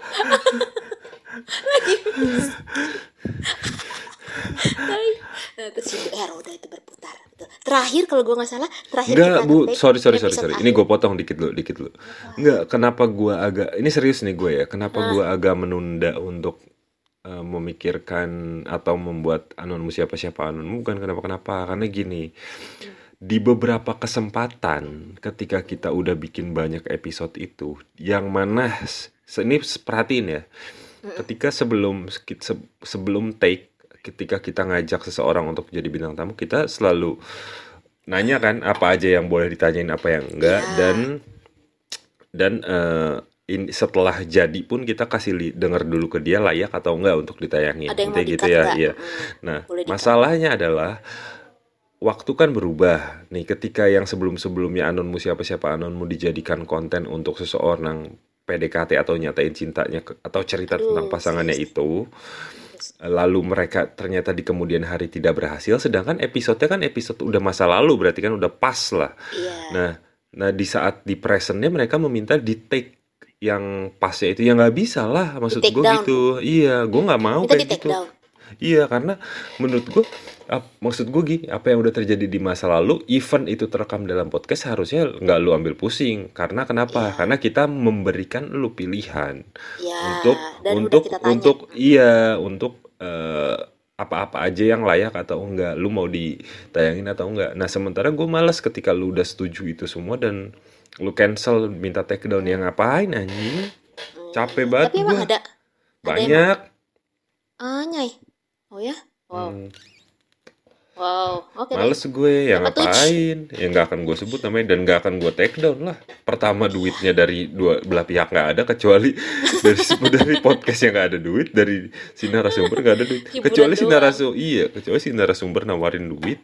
Nah, terus si eh, roda itu berputar. Betul. Terakhir kalau gue nggak salah, terakhir Enggak, kita Bu. nge-take Sorry, sorry, sorry, episode sorry. Ini akhir. gue potong dikit dulu, dikit dulu. Enggak, kenapa gue agak, ini serius nih gue ya. Kenapa gue agak menunda untuk eh, memikirkan atau membuat anonmu siapa-siapa anonmu, bukan kenapa-kenapa. Karena gini, di beberapa kesempatan ketika kita udah bikin banyak episode itu, yang mana s- ini perhatiin ya, ketika sebelum se- sebelum take, ketika kita ngajak seseorang untuk jadi bintang tamu, kita selalu nanya kan apa aja yang boleh ditanyain, apa yang enggak. Iya. dan dan eh, in- setelah jadi pun kita kasih li- denger dulu ke dia layak atau enggak untuk ditayangin. Ada yang mau Intinya gitu di-cut ya, nggak? iya. Mm, Nah, boleh di-cut. masalahnya adalah waktu kan berubah nih. Ketika yang sebelum-sebelumnya anonmu siapa-siapa anonmu dijadikan konten untuk seseorang P D K T atau nyatain cintanya ke- atau cerita Aduh, tentang pasangannya serius. itu, terus. lalu mereka ternyata di kemudian hari tidak berhasil, sedangkan episodenya kan episode udah masa lalu, berarti kan udah pas lah. Iya. Nah, nah di saat di presentnya mereka meminta di take yang pasnya itu, ya nggak bisa lah, maksud Di take gue down. gitu. Iya, gue nggak mau Minta di kayak take gitu. down. Iya, karena menurut gue, ap- maksud gue gini, apa yang udah terjadi di masa lalu, event itu terekam dalam podcast, harusnya nggak lu ambil pusing. Karena kenapa? Iya. Karena kita memberikan lu pilihan Ya, untuk dan untuk udah kita tanya. untuk iya untuk eh, apa-apa aja yang layak atau enggak, lu mau ditayangin atau enggak. Nah, sementara gue malas ketika lu udah setuju itu semua dan lu cancel, minta take down, yang ngapain anjing? Capek banget Tapi emang gue. ada. Ada emang. Banyak. Ah, Nyai. Oh ya? Wow. Hmm. Wow. Oke deh. Males gue, ya Apa tuh? ngapain? Ya nggak akan gue sebut namanya dan nggak akan gue take down lah. Pertama, duitnya dari dua belah pihak nggak ada, kecuali dari dari podcast yang nggak ada duit, dari si narasumber nggak ada duit. Hiburan Kecuali si doang. narasumber, iya, kecuali si narasumber nawarin duit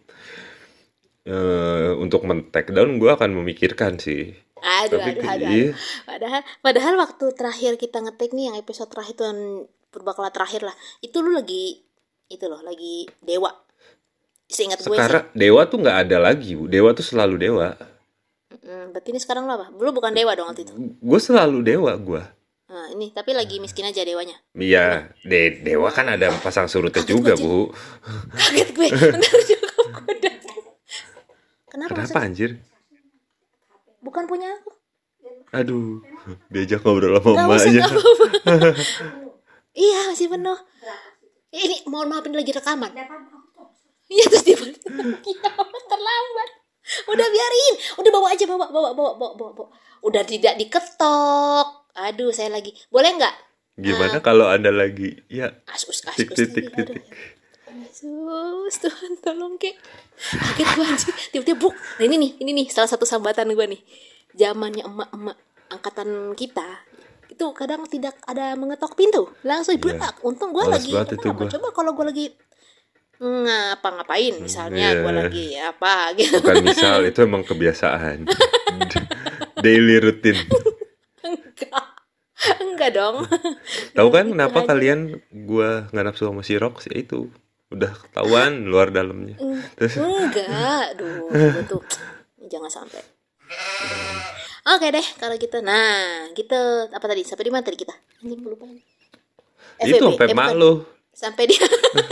eh untuk men-take down, gue akan memikirkan sih. Aduh, Tapi aduh, aduh, iya, aduh. Padahal, padahal waktu terakhir kita ngetik nih yang episode terakhir itu yang berbakala terakhir lah. Itu lu lagi itu loh, lagi dewa. Seingat gue sih. sekarang Dewa tuh nggak ada lagi, Bu. Dewa tuh selalu Dewa. Mm, berarti ini sekarang lu apa? Lu bukan dewa dong waktu itu. Gue selalu Dewa, gue. Nah, ini tapi lagi miskin aja dewanya. Iya, de Dewa kan ada pasang surutnya Kaget juga, gue, Bu. Kaget gue. Bentar juga gue udah. Kenapa? Kenapa maksudnya? anjir? Bukan punya aku. Aduh, diajak ngobrol sama Gak emak usah, aja. gak apa-apa. Iya, masih penuh. Ini mohon maaf, ini lagi rekaman. Iya, terus dia balik. Iya, terlambat. Udah biarin, udah bawa aja, bawa, bawa, bawa, bawa, bawa, bawa. Udah tidak diketok. Aduh, saya lagi. Boleh nggak? Gimana kalau Anda lagi, ya, Asus, asus, tik tik tik tik tik. Asus, Tuhan tolong kek. Kaget gue anjir. Tiba-tiba buk. Nah ini nih, ini nih salah satu sambatan gue nih. Zamannya emak-emak angkatan kita itu kadang tidak ada mengetok pintu, langsung Iya. berak. Untung gue Males lagi banget itu kenapa? gua. Coba kalau gue lagi ngapa-ngapain, misalnya iya. gue lagi apa gitu. Bukan misal, itu emang kebiasaan. Daily routine. Enggak, enggak dong. Tahu kan Gitu kenapa aja. kalian gua nggak nafsu sama si Rox? Ya itu. Udah ketahuan luar dalamnya. Terus Enggak, duh, gue tuh jangan sampai. Oke deh, kalau gitu. Nah, gitu. Apa tadi? Sampai di mana tadi kita? Anjing gue lupa lagi. itu sampai eh, mak bukan. lu. Sampai dia.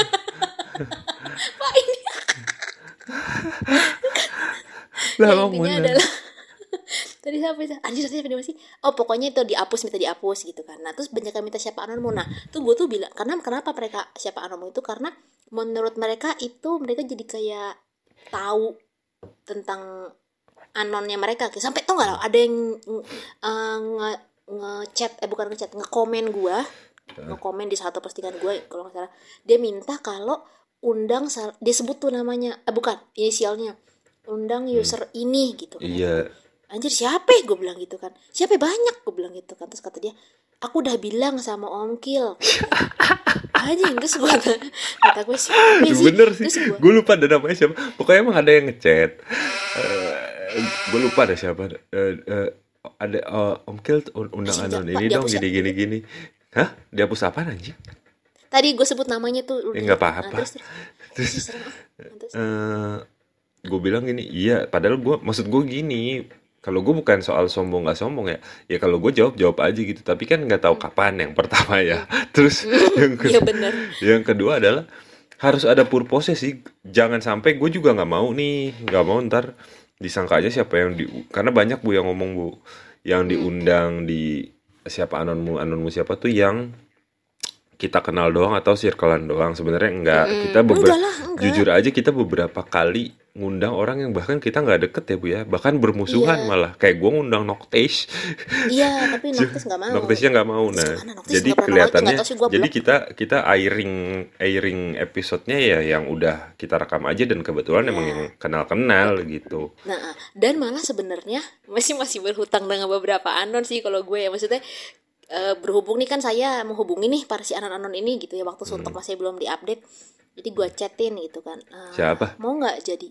Pak ini. Lah Ya, emang intinya bener. adalah tadi sampai anjir tadi sampai di mana sih? Oh, pokoknya itu dihapus, minta dihapus gitu kan. Nah, terus banyak yang minta siapa anonmu. Nah, tuh gue tuh bilang, karena kenapa mereka siapa anonmu itu karena menurut mereka itu mereka jadi kayak tahu tentang anonnya mereka. Kayak sampai tau nggak lo, ada yang uh, nge ngechat eh bukan ngechat ngekomen gue ngekomen di satu postingan gue kalau nggak salah, dia minta kalau undang sal- dia sebut tuh namanya eh bukan inisialnya, undang user ini gitu. Iya. Anjir siapa ya? Gue bilang gitu kan, siapa ya? Banyak gue bilang gitu kan. Terus kata dia, aku udah bilang sama Om Kil. Anjing, terus gue kata gue siapa Ya, sih? bener sih. Terus gue Gue lupa ada namanya siapa. Pokoknya emang ada yang ngechat. Uh, gue lupa ada siapa. Uh, uh, ada uh, Om Kil un- undang Anjing, anon Pak, ini dong, dihapus ya? gini gini gini. Hah? Dihapus apaan anjing? tadi gue sebut namanya tuh. Ya nggak apa-apa. Nah, terus terus, Terus terus, terus, terus. eh gue bilang gini, iya, padahal gue, maksud gue gini, kalau gue bukan soal sombong nggak sombong ya, ya kalau gue jawab jawab aja gitu, tapi kan nggak tahu kapan yang pertama ya. Terus yang Iya kedua, bener. yang kedua adalah harus ada purpose sih, jangan sampai gue juga nggak mau nih, nggak mau ntar disangka aja siapa yang di, karena banyak bu yang ngomong bu, yang diundang di siapa anonmu anonmu siapa tuh yang kita kenal doang atau circlean doang. Sebenarnya enggak, Mm-mm. kita beberapa Enggak lah, enggak. jujur aja kita beberapa kali ngundang orang yang bahkan kita nggak deket ya bu ya, bahkan bermusuhan Iya. malah, kayak gue ngundang Noctage. Iya, tapi Noctis nggak mau. Noctage-nya nggak mau. Noctis Nah, kemana? Noctis jadi nggak pernah nongol, kelihatannya, nggak tahu sih, gua jadi blok. kita kita airing airing episodenya ya yang udah kita rekam aja, dan kebetulan Iya. emang yang kenal-kenal gitu. Nah, dan malah sebenarnya masih masih berhutang dengan beberapa anon sih kalau gue ya, maksudnya eh, berhubung nih kan saya menghubungi nih para si anon-anon ini gitu ya, waktu suntuk masih belum diupdate, jadi gue chatin gitu kan. Eh, Siapa? Mau nggak jadi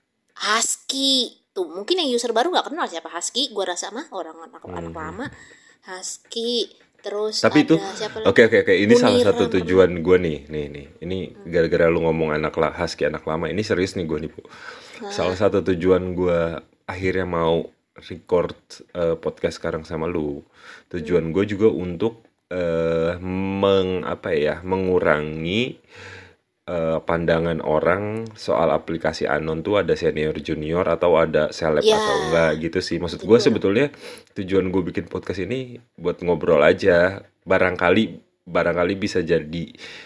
Husky tuh? Mungkin yang user baru nggak kenal siapa Husky, gue rasa mah orang anak anak Hmm. lama. Husky terus Tapi itu ada siapa oke lagi? oke oke ini salah Munir satu pernah. tujuan gue nih nih nih ini gara-gara lu ngomong anak la, husky anak lama ini serius nih gue nih Bu. Salah Nah, satu tujuan gue akhirnya mau record eh, podcast sekarang sama lu. Tujuan gue juga untuk eh, meng apa ya mengurangi eh, pandangan orang soal aplikasi Anon tuh ada senior junior atau ada seleb ya atau enggak gitu sih. Maksud itu gue juga. sebetulnya tujuan gue bikin podcast ini buat ngobrol aja. Barangkali barangkali bisa jadi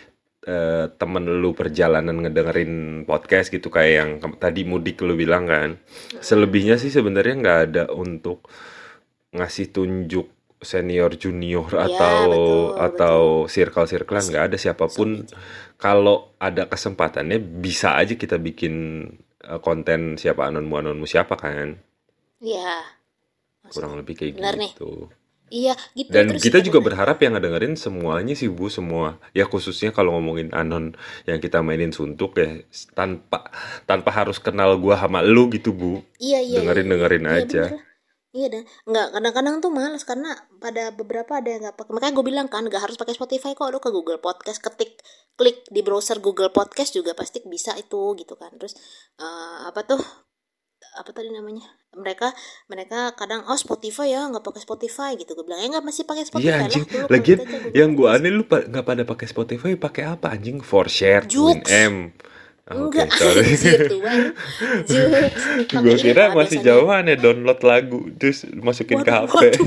eh, temen lu perjalanan ngedengerin podcast gitu kayak yang ke- tadi mudik lu bilang kan. Selebihnya sih sebenarnya nggak ada untuk ngasih tunjuk senior junior Ya atau betul atau betul. circle-circlean nggak ada So siapapun. gitu. Kalau ada kesempatannya bisa aja kita bikin eh, konten siapa anonmu anonmu siapa kan, Ya kurang maksudnya lebih kayak benar nih. gitu. Iya gitu Dan terus kita ada juga lagi. berharap yang ngedengerin semuanya sih Bu, semua. Ya khususnya kalau ngomongin anon yang kita mainin suntuk ya tanpa tanpa harus kenal gua sama lu gitu Bu. Iya iya iya Dengerin iya dengerin iya aja. bener. Iya dah, nggak kadang-kadang tuh males karena pada beberapa ada yang nggak pakai. Makanya gue bilang kan nggak harus pakai Spotify kok, lo ke Google Podcast ketik klik di browser Google Podcast juga pasti bisa itu gitu kan. Terus eh, apa tuh apa tadi namanya? Mereka mereka kadang oh Spotify ya nggak pakai Spotify gitu. Gue bilang ya nggak masih pakai Iya Spotify lah, anjing, lo lagian klik aja Google yang gua Podcast. aneh lu pa- nggak pada pakai Spotify, pakai apa anjing? For share, Joox. Win-M. Ah, Oke, Enggak sorry. anjir tuh bang. Jux. Gua Pakai ini kira pak masih biasanya. jauhan ya download lagu terus masukin ke Waduh, H P. waduh,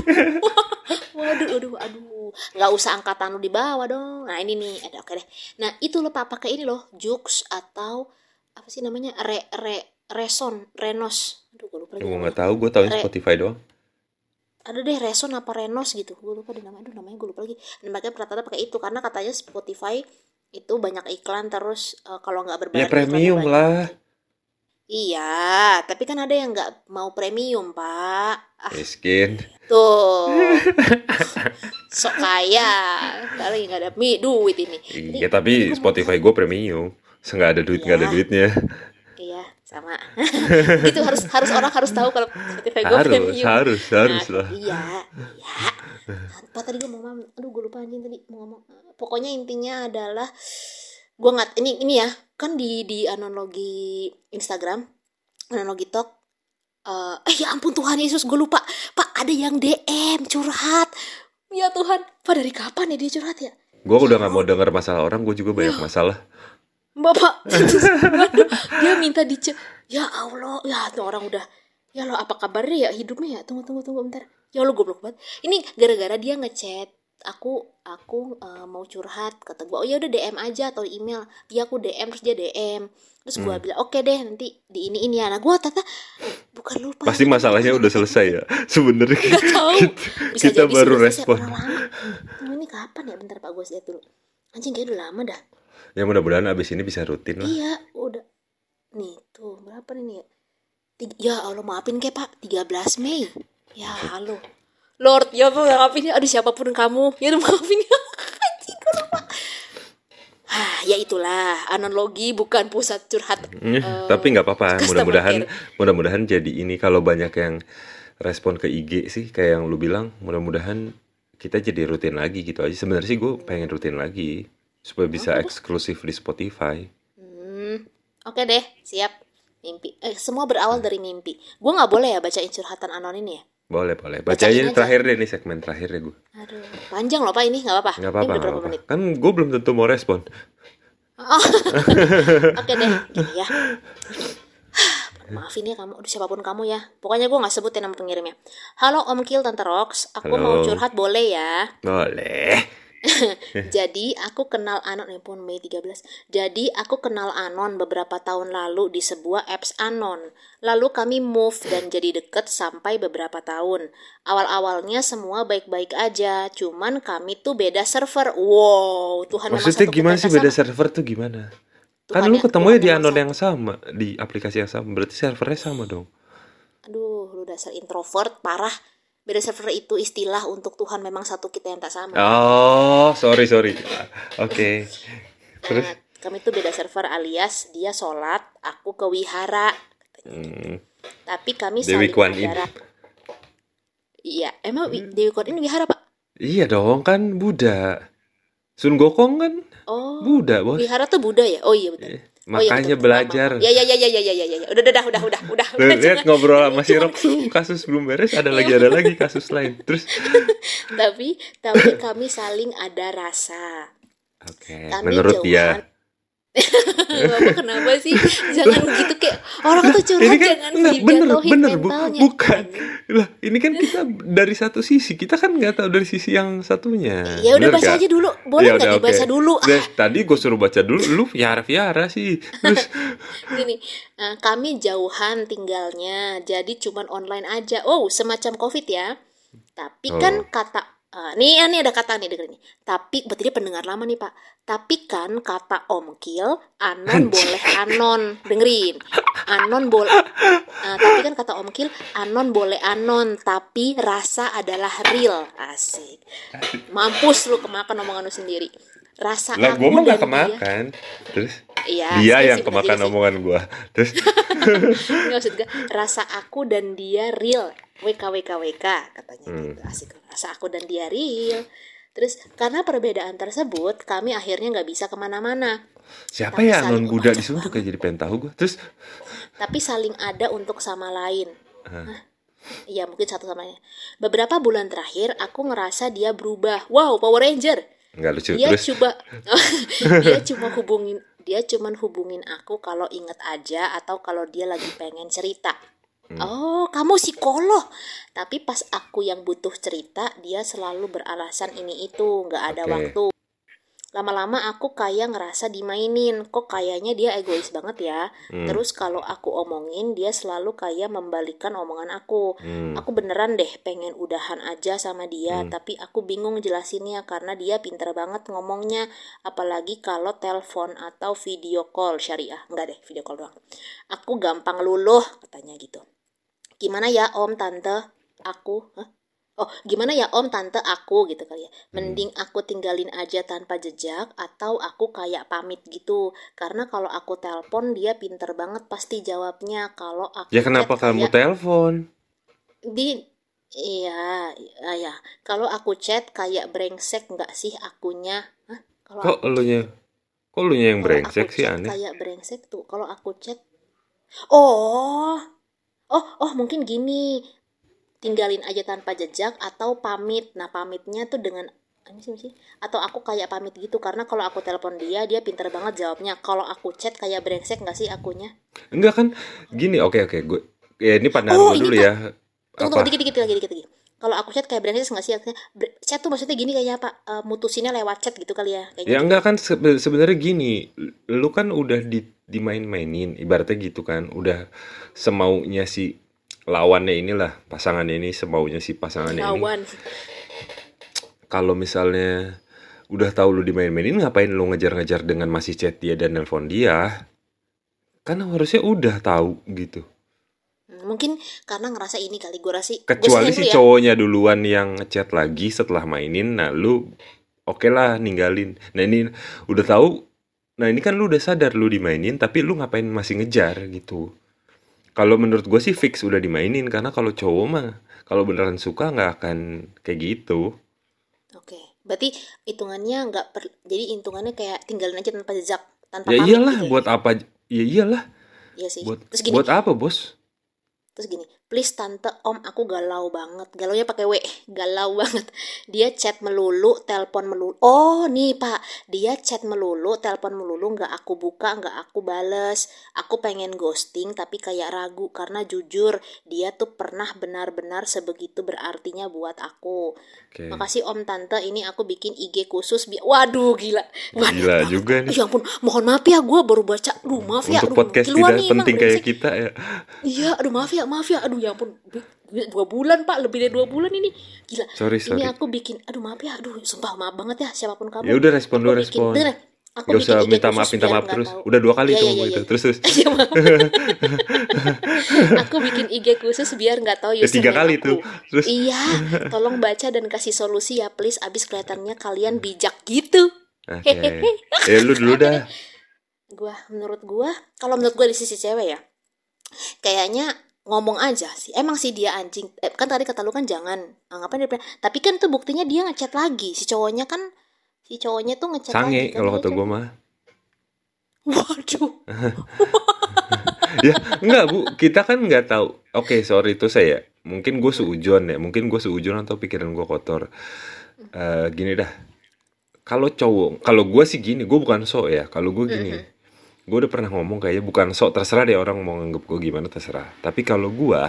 waduh, waduh, aduh, nggak usah angkatan lu di bawah dong. Nah ini nih, ada oke deh. Nah itu lo pak pakai ini loh, Jux atau apa sih namanya, re re reson, renos. Aduh, gue lupa lagi Gua namanya. nggak tahu, gua taunya Re, Spotify doang. ada deh reson apa renos gitu. Gue lupa deh namanya. Aduh namanya gue lupa lagi. Dan makanya rata-rata pakai itu karena katanya Spotify itu banyak iklan terus eh, kalau nggak Ya berbayar tuh iklannya premium banyak. lah. Iya, tapi kan ada yang nggak mau premium pak. Ah Miskin. tuh. Sok kaya ntar lagi nggak ada mi duit ini jadi Iya jadi tapi gue mau Spotify tahu gua premium. Nggak ada duit nggak ada iya duitnya. iya sama gitu harus harus orang harus tahu kalau Spotify gue Harus premium. harus Nah harus lah. iya iya apa tadi gue mau ngomong aduh gue lupa anjing tadi mau ngomong pokoknya intinya adalah gue nggak ini ini ya kan di di analogi Instagram analogi talk eh eh, ya ampun Tuhan Yesus gue lupa pak ada yang D M curhat ya Tuhan pak dari kapan ya dia curhat ya Gua ya udah nggak mau Allah denger masalah orang. Gua juga banyak ya masalah. Bapak, waduh, dia minta dice, ya Allah, ya tuh orang udah, ya Allah apa kabarnya ya hidupnya ya, tunggu tunggu tunggu bentar, ya Allah goblok banget, ini gara-gara dia ngechat, aku aku eh, mau curhat, kata gue, oh ya udah D M aja atau email, dia aku D M terus dia D M, terus gue Hmm. bilang oke deh nanti di ini ini ya, nah gue tata bukan lupa Pasti ini masalahnya kapan udah selesai ya. Sebenarnya nggak tahu, kita, bisa kita jadi baru sudah selesai respon. udah lama, tunggu ini kapan ya, bentar pak gue lihat dulu, anjing kayak udah lama dah, Ya mudah-mudahan abis ini bisa rutin lah. iya udah. Nih tuh berapa nih ya? Tiga, ya Allah maafin kayak pak tiga belas Mei. Ya halo Lord ya apa maafin ya. Aduh siapapun kamu ya udah maafin ya. Anjing gue lupa. Ah ya itulah analogi bukan pusat curhat Eh, eh, Tapi nggak apa-apa. customer Mudah-mudahan care. mudah-mudahan jadi ini kalau banyak yang respon ke I G sih kayak yang lu bilang. Mudah-mudahan kita jadi rutin lagi gitu aja. Sebenarnya sih gue pengen rutin lagi supaya bisa Oke deh. eksklusif di Spotify. Hmm, oke deh siap mimpi. Eh semua berawal dari mimpi. Gue nggak boleh ya bacain curhatan anon ini ya. Boleh boleh. Bacain Bacain aja. terakhir deh nih segmen terakhir deh gue. Aduh panjang loh pak ini nggak apa-apa. Nggak Ini apa-apa udah nggak berapa apa-apa. menit? Kan gue belum tentu mau respon. Oh, oke deh, gini ya. Maafin ya kamu, aduh, siapapun kamu ya. Pokoknya gue nggak sebutin nama pengirimnya. Halo Om Kil, Tante Rox, aku Halo. mau curhat boleh ya? Boleh. Jadi aku kenal Anon, ya ampun Mei tiga belas. Jadi aku kenal Anon beberapa tahun lalu di sebuah apps Anon. Lalu kami move dan jadi deket sampai beberapa tahun. Awal-awalnya semua baik-baik aja, cuman kami tuh beda server. Wow, Tuhan memang Maksudnya satu gimana kita sih beda sama. server tuh gimana? Kan Tuhan lu ya- ketemunya Tuhan di memang anon satu. yang sama, di aplikasi yang sama. Berarti servernya sama dong. Aduh, lu dasar introvert parah. Beda server itu istilah untuk Tuhan memang satu kita yang tak sama. Oh, sorry sorry. Oke. Terus? Nah, kami tuh beda server alias dia sholat, aku ke wihara. Hmm, Tapi kami Dewi saling Kwan Im. ada. Iya, emang wi- Dewi Kwan ini wihara pak? Iya dong, kan Buddha. Sun Gokong kan Oh, Buddha, bos. wihara tuh Buddha ya? Oh iya betul. Eh, Oh iya Makanya betul, betul. Maaf, maaf, belajar. maaf. Ya ya ya ya ya ya ya ya. ya. Udah udah udah udah udah Lu udah lihat jangan. ngobrol Ini sama si cuman Roxu, kasus belum beres, ada lagi iya. ada lagi kasus lain. Terus, Tapi tapi kami saling ada rasa. oke, Kami menurut jauhan. dia. Bapak kenapa sih? Jangan gitu kayak orang tuh Ini curhat kan jangan enggak bener dijatuhin bener bu, mentalnya. bukan lah. Ini kan kita dari satu sisi, kita kan nggak tahu dari sisi yang satunya. Ya udah Bener baca gak? aja dulu. Boleh Ya nggak udah oke. dibaca dulu? Deh, Ah, tadi gue suruh baca dulu, lu fiara-fiara sih. Terus, gini. eh, kami jauhan tinggalnya, jadi cuman online aja. Oh, semacam COVID ya. Tapi kan oh, kata eh, nih, nih ada kata nih dengerin nih. Tapi berarti dia pendengar lama nih, Pak. Tapi kan kata Om Kil, anon boleh anon. Dengerin. Anon boleh eh, tapi kan kata Om Kil, anon boleh anon, tapi rasa adalah real. Asik. Mampus lu kemakan omongan lu sendiri. Rasa lah gue aku mah nggak dan dia. kemakan. Terus Iya, dia iya yang sih benar juga kemakan sih. omongan gue. Terus, Nggak maksud gue, rasa aku dan dia real. W K W K W K katanya hmm, gitu. Asik. Rasa aku dan dia real. Terus karena perbedaan tersebut, kami akhirnya nggak bisa kemana-mana. siapa Tapi ya saling non Buddha banyak di sini tuh banget. kayak jadi pengen tahu gue. Terus, Tapi saling ada untuk sama lain. ah, Iya mungkin satu sama lain. Beberapa bulan terakhir aku ngerasa dia berubah. Wow, Power Ranger. nggak lucu. Dia Terus, coba dia cuma hubungin dia cuman hubungin aku kalau inget aja atau kalau dia lagi pengen cerita. hmm, Oh, kamu psikolog. Tapi pas aku yang butuh cerita, dia selalu beralasan ini itu, nggak ada oke. waktu. Lama-lama aku kayak ngerasa dimainin. Kok kayaknya dia egois banget ya. Hmm, Terus kalau aku omongin, dia selalu kayak membalikan omongan aku. hmm, Aku beneran deh pengen udahan aja sama dia, hmm. tapi aku bingung jelasinnya karena dia pinter banget ngomongnya. Apalagi kalau telepon atau video call syariah. Enggak deh, video call doang. Aku gampang luluh, katanya gitu. Gimana ya om, tante, aku? Hah? Oh, gimana ya om, tante, aku gitu kali ya. Hmm. Mending aku tinggalin aja tanpa jejak atau aku kayak pamit gitu. Karena kalau aku telepon dia pinter banget pasti jawabnya. Kalau Ya aku chat kenapa kamu kayak telepon? di iya, iya ya. Kalau aku chat kayak brengsek nggak sih akunya? Hah? Kalau Kok aku elunya, kok elunya yang kalau aku brengsek sih, chat aneh. kayak brengsek tuh. Kalau aku chat, oh, oh, oh mungkin gini. Tinggalin aja tanpa jejak atau pamit. Nah pamitnya tuh dengan ini sih sih. Atau aku kayak pamit gitu karena kalau aku telepon dia dia pinter banget jawabnya. Kalau aku chat kayak brengsek nggak sih akunya? Enggak kan, gini, oke oke, gue, ya ini pandangan Oh gue ini dulu pak. ya. Tunggu tunggu Apa? dikit dikit lagi dikit lagi. Kalau aku chat kayak brengsek nggak sih akunya? Bre- Chat tuh maksudnya gini kayaknya apa? Eh, mutusinnya lewat chat gitu kali ya? Kayaknya Ya gitu. enggak kan, sebe- sebenarnya gini, lu kan udah di dimain-mainin, ibaratnya gitu kan, udah semaunya si lawannya inilah, pasangannya ini semaunya si pasangannya ini. Lawan. Kalau misalnya udah tahu lu dimain-mainin, ngapain lu ngejar-ngejar dengan masih chat dia dan nelpon dia? Kan harusnya udah tahu gitu. Hmm, Mungkin karena ngerasa ini kali gue rasa. Gue Kecuali selain si dulu ya. cowoknya duluan yang ngechat lagi setelah mainin, nah lu oke lah ninggalin. Nah ini udah tahu, nah ini kan lu udah sadar lu dimainin, tapi lu ngapain masih ngejar gitu. Kalau menurut gue sih fix udah dimainin, karena kalau cowok mah kalau beneran suka nggak akan kayak gitu. Oke, berarti hitungannya nggak per, jadi hitungannya kayak tinggalin aja tanpa jejak, tanpa Ya pamit iyalah, gitu ya. buat apa? Ya iyalah, Iya sih. buat Terus gini, buat apa bos? terus gini, please tante om aku galau banget. Galaunya pakai W, galau banget. Dia chat melulu, telepon melulu. Oh nih pak, dia chat melulu, telepon melulu, nggak aku buka, nggak aku bales. Aku pengen ghosting tapi kayak ragu karena jujur dia tuh pernah benar-benar sebegitu berartinya buat aku. Oke, Makasih om tante, ini aku bikin I G khusus bi- waduh gila, banyak gila banget. juga nih. Ya ampun, mohon maaf ya gue baru baca. Aduh maaf ya, Untuk aduh podcast kiluan tidak nih emang penting kayak brengsek. kita ya. Iya, aduh maaf ya, maaf ya, aduh ya ampun, Bi- dua bulan pak, lebih dari dua bulan ini, gila. Sorry Ini sorry. aku bikin, aduh maaf ya, aduh sumpah maaf banget ya siapapun Ya kamu. udah respon Aku dulu bikin, respon. bener, aku Gak bikin usah I G minta maaf khusus minta biar maaf nggak terus. tahu. Udah dua kali Iya tuh iya ngomong iya itu. iya. Terus terus. Iya, maaf. Aku bikin I G khusus biar nggak tahu Ya tiga username kali aku. tuh. Terus Iya, tolong baca dan kasih solusi ya please. Abis kelihatannya kalian bijak gitu. oke. Hehehe. Ya lu dulu Oke deh. dah. Gua menurut gua, kalau menurut gua di sisi cewek ya, kayaknya ngomong aja sih. Emang sih dia anjing. Eh, kan tadi kata lu kan jangan. Ah, ngapain dia? Tapi kan tuh buktinya dia ngechat lagi. Si cowoknya kan si cowoknya tuh ngechat lagi Sange kan. kalau Dia kata chat. gue mah. Waduh. Ya enggak bu, kita kan nggak tahu. Oke sorry itu saya. Mungkin gue seujon ya. Mungkin gue seujon atau pikiran gue kotor. Eh, gini dah. Kalau cowok, kalau gue sih gini. Gue bukan sok ya. Kalau gue gini. Gue udah pernah ngomong kayaknya bukan sok, terserah deh orang mau nganggep gue gimana terserah. Tapi kalau gue,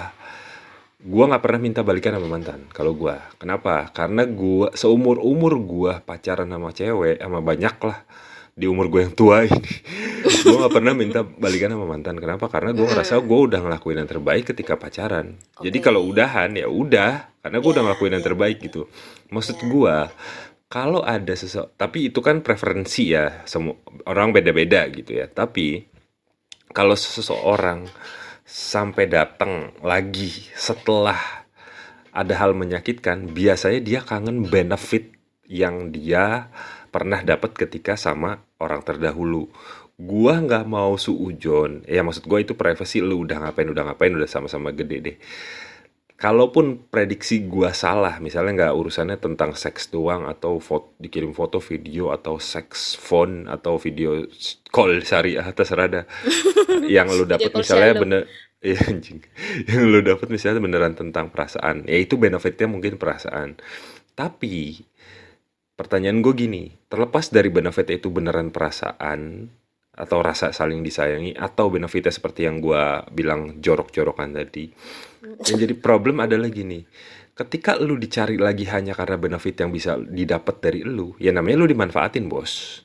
gue nggak pernah minta balikan sama mantan. Kalau gue, kenapa? Karena gue seumur umur gue pacaran sama cewek, sama banyak lah di umur gue yang tua ini. Gue nggak pernah minta balikan sama mantan. Kenapa? Karena gue ngerasa gue udah ngelakuin yang terbaik ketika pacaran. Jadi Oke. kalau udahan ya udah, karena gue udah Ya, ngelakuin yang ya, terbaik gitu. Maksud gue. Kalau ada sesuatu, tapi itu kan preferensi ya, semua orang beda-beda gitu ya. Tapi kalau seseorang sampai datang lagi setelah ada hal menyakitkan, biasanya dia kangen benefit yang dia pernah dapat ketika sama orang terdahulu. Gua nggak mau suujon, ya maksud gua itu privasi, lu udah ngapain, udah ngapain, udah sama-sama gede deh. Kalaupun prediksi gua salah, misalnya nggak urusannya tentang seks doang atau foto, dikirim foto, video atau seks phone atau video call syariah terserah dah. Yang lu dapat call misalnya shallow. bener, ya anjing. Yang lu dapat misalnya beneran tentang perasaan, ya itu benefitnya mungkin perasaan. Tapi pertanyaan gue gini, terlepas dari benefitnya itu beneran perasaan atau rasa saling disayangi atau benefitnya seperti yang gue bilang jorok-jorokan tadi, yang jadi problem adalah gini, ketika lu dicari lagi hanya karena benefit yang bisa didapat dari lu, ya namanya lu dimanfaatin bos.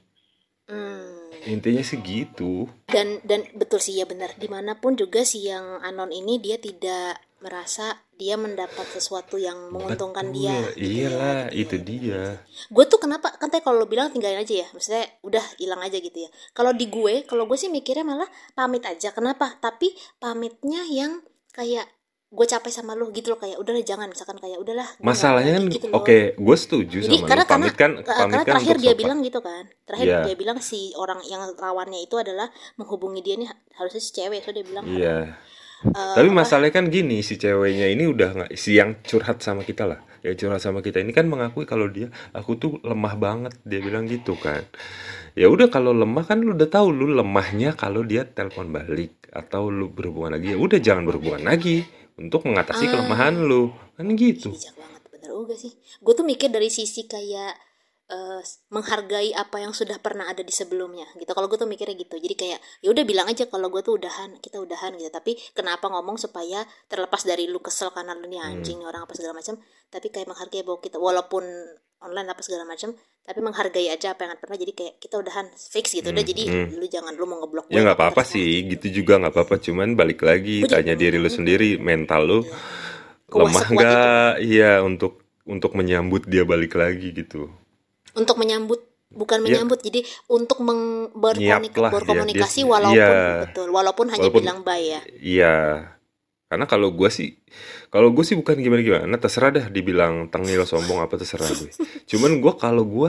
Hmm. Intinya sih gitu. Dan dan betul sih ya benar. Dimanapun juga si yang anon ini dia tidak merasa dia mendapat sesuatu yang menguntungkan Betul, dia. Gitu iyalah, ya, gitu itu ya. dia. Gue tuh kenapa kan tadi kalau lo bilang tinggalin aja ya, maksudnya udah hilang aja gitu ya. Kalau di gue, kalau gue sih mikirnya malah pamit aja. Kenapa? Tapi pamitnya yang kayak gue capek sama lu gitu loh, kayak udahlah jangan, misalkan kayak udahlah gua nggak Masalahnya kan, lagi gitu loh. oke, gue setuju Jadi sama karena lu. karena Pamit kan, ka- pamit karena kan terakhir untuk dia sopan. bilang gitu kan, terakhir Iya, dia bilang si orang yang lawannya itu adalah menghubungi dia nih harusnya si cewek, so dia bilang iya. eh, Tapi apa masalahnya kan gini, si ceweknya ini udah nggak, si yang curhat sama kita lah, yang curhat sama kita ini kan mengakui kalau dia, aku tuh lemah banget, dia bilang gitu kan. Ya udah kalau lemah kan lu udah tahu lu lemahnya kalau dia telepon balik atau lu berhubungan lagi, ya udah jangan berhubungan lagi untuk mengatasi kelemahan ah lu, kan gitu. bijak banget bener juga sih. Gue tuh mikir dari sisi kayak eh, menghargai apa yang sudah pernah ada di sebelumnya gitu. Kalau gue tuh mikirnya gitu. Jadi kayak ya udah bilang aja kalau gue tuh udahan, kita udahan gitu. Tapi kenapa ngomong supaya terlepas dari lu kesel karena lu nih anjing nih orang apa segala macam, tapi kayak menghargai bahwa kita walaupun online apa segala macam, tapi menghargai aja apa yang pernah. Jadi kayak kita udahan fix gitu. Udah Hmm, jadi hmm. lu jangan lu mau ngeblok Ya gue nggak tapi apa-apa terserah sih, gitu. gitu juga nggak apa-apa. Cuman balik lagi, Gue juga tanya diri lu sendiri, mental lu iya, lemah kuat sekuat itu nggak? Iya, untuk untuk menyambut dia balik lagi gitu. untuk menyambut, bukan Ya menyambut, jadi untuk meng, nyiap berkomunika- lah dia, dia berkomunikasi sendiri. walaupun Iya, betul walaupun hanya walaupun bilang bye ya. iya. Karena kalau gue sih, kalau gue sih bukan gimana-gimana, terserah dah dibilang tengil sombong apa terserah gue. Cuman gue kalau gue,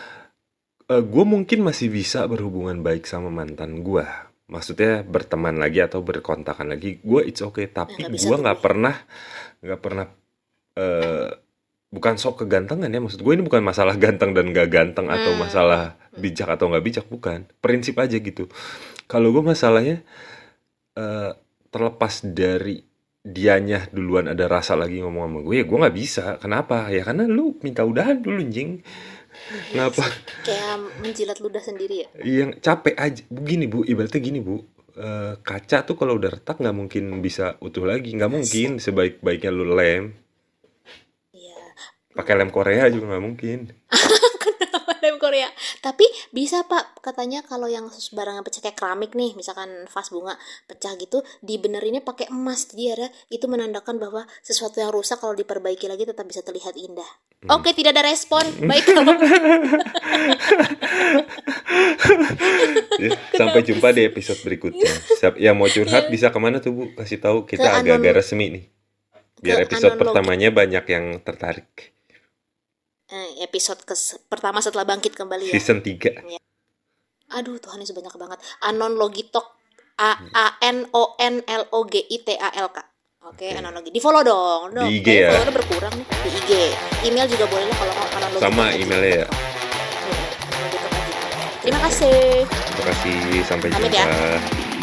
eh, gue mungkin masih bisa berhubungan baik sama mantan gue. Maksudnya berteman lagi atau berkontakan lagi, gue it's okay. Nah, Tapi nggak bisa gue tuh nggak gue. pernah, nggak pernah, eh, bukan sok kegantengan ya. Maksud gue ini bukan masalah ganteng dan gak ganteng atau Hmm. masalah bijak atau nggak bijak, bukan. Prinsip aja gitu. Kalau gue masalahnya, eh, terlepas dari dianya duluan ada rasa lagi ngomong sama gue, ya gue nggak bisa. Kenapa? Ya karena lu minta udahan dulu anjing. Iya Ngapa? sih, kayak menjilat ludah sendiri ya. Yang capek aja. Begini bu, ibaratnya gini bu. Eh, kaca tuh kalau udah retak nggak mungkin bisa utuh lagi. Nggak Asik. mungkin sebaik-baiknya lu lem. Iya. Pakai lem Korea juga nggak mungkin. Kenapa lem Korea? Tapi bisa pak, katanya kalau yang barang yang pecah kayak keramik nih, misalkan vas bunga pecah gitu, dibenerinnya pakai emas. Jadi ada itu menandakan bahwa sesuatu yang rusak kalau diperbaiki lagi tetap bisa terlihat indah. Hmm. Oke, tidak ada respon. Baik kalau Ya, sampai jumpa di episode berikutnya. Siap yang mau curhat bisa kemana tuh bu? Kasih tahu, ke kita anon agak-agak resmi nih. ke Biar episode anon logik. pertamanya banyak yang tertarik. Eh, episode kes- pertama setelah bangkit kembali ya. Season tiga. Aduh, Tuhan ini sebanyak banget. Anon Logitok, A A N O N L O G I T A L K. Oke, Oke. analogi. Di follow dong. dong. Di I G Kayaknya ya? followernya berkurang nih di I G. Email juga boleh lah kalau mau analogi. Sama Talk aja. emailnya ya. Hmm, analogi talk aja. Terima kasih. Terima kasih, sampai Pamit ya. jumpa.